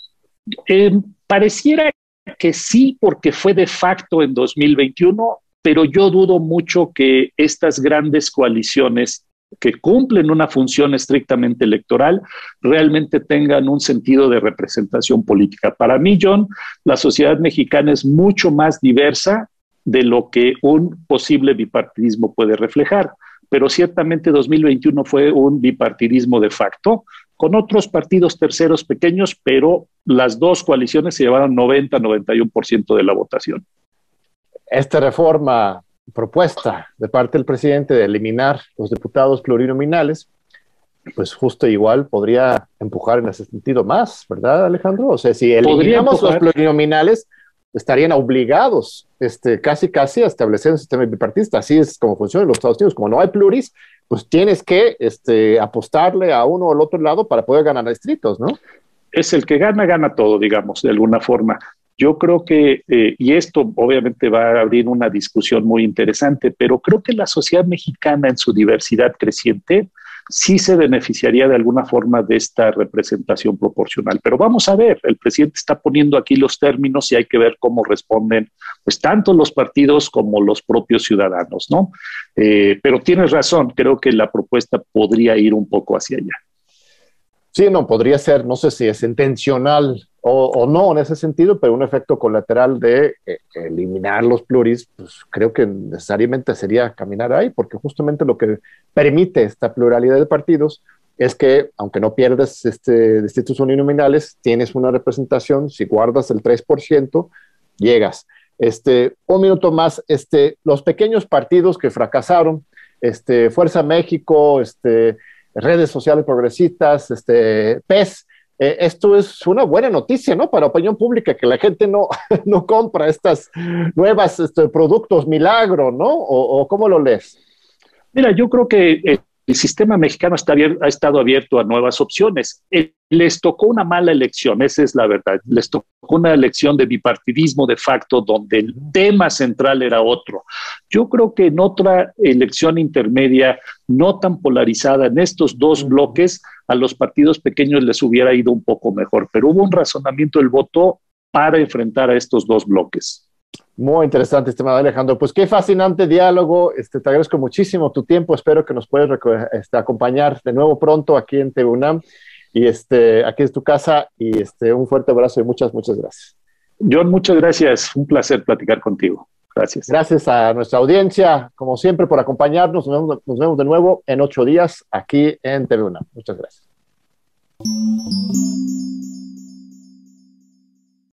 Eh, pareciera que sí, porque fue de facto en dos mil veintiuno, pero yo dudo mucho que estas grandes coaliciones que cumplen una función estrictamente electoral realmente tengan un sentido de representación política. Para mí, John, la sociedad mexicana es mucho más diversa de lo que un posible bipartidismo puede reflejar, pero ciertamente dos mil veintiuno fue un bipartidismo de facto, con otros partidos terceros pequeños, pero las dos coaliciones se llevaron noventa a noventa y uno por ciento de la votación. Esta reforma propuesta de parte del presidente de eliminar los diputados plurinominales, pues justo igual podría empujar en ese sentido más, ¿verdad, Alejandro? O sea, si eliminamos los plurinominales, estarían obligados este, casi casi a establecer un sistema bipartidista. Así es como funciona en los Estados Unidos. Como no hay pluris, pues tienes que este, apostarle a uno o al otro lado para poder ganar distritos, ¿no? Es el que gana, gana todo, digamos, de alguna forma. Yo creo que, eh, y esto obviamente va a abrir una discusión muy interesante, pero creo que la sociedad mexicana en su diversidad creciente sí se beneficiaría de alguna forma de esta representación proporcional. Pero vamos a ver, el presidente está poniendo aquí los términos y hay que ver cómo responden pues tanto los partidos como los propios ciudadanos, ¿no? Eh, pero tienes razón, creo que la propuesta podría ir un poco hacia allá. Sí, no, podría ser, no sé si es intencional o, o no en ese sentido, pero un efecto colateral de eh, eliminar los pluris, pues creo que necesariamente sería caminar ahí, porque justamente lo que permite esta pluralidad de partidos es que, aunque no pierdes este, distritos uninominales, tienes una representación, si guardas el tres por ciento, llegas. Este, un minuto más, este, los pequeños partidos que fracasaron, este, Fuerza México, este, redes sociales progresistas, este, P E S, eh, esto es una buena noticia, ¿no? Para la opinión pública, que la gente no, no compra estas nuevas este, productos milagro, ¿no? O, ¿O cómo lo lees? Mira, yo creo que eh, el sistema mexicano está abierto, ha estado abierto a nuevas opciones. Eh, les tocó una mala elección, esa es la verdad. Les tocó una elección de bipartidismo de facto, donde el tema central era otro. Yo creo que en otra elección intermedia, no tan polarizada, en estos dos bloques, a los partidos pequeños les hubiera ido un poco mejor, pero hubo un razonamiento del voto para enfrentar a estos dos bloques. Muy interesante, estimado Alejandro. Pues qué fascinante diálogo. Este, te agradezco muchísimo tu tiempo. Espero que nos puedas este, acompañar de nuevo pronto aquí en T V UNAM. Y este, aquí es tu casa. Y este, un fuerte abrazo y muchas, muchas gracias. John, muchas gracias. Un placer platicar contigo. Gracias. Gracias a nuestra audiencia, como siempre, por acompañarnos. Nos vemos, nos vemos de nuevo en ocho días aquí en T V UNAM. Muchas gracias.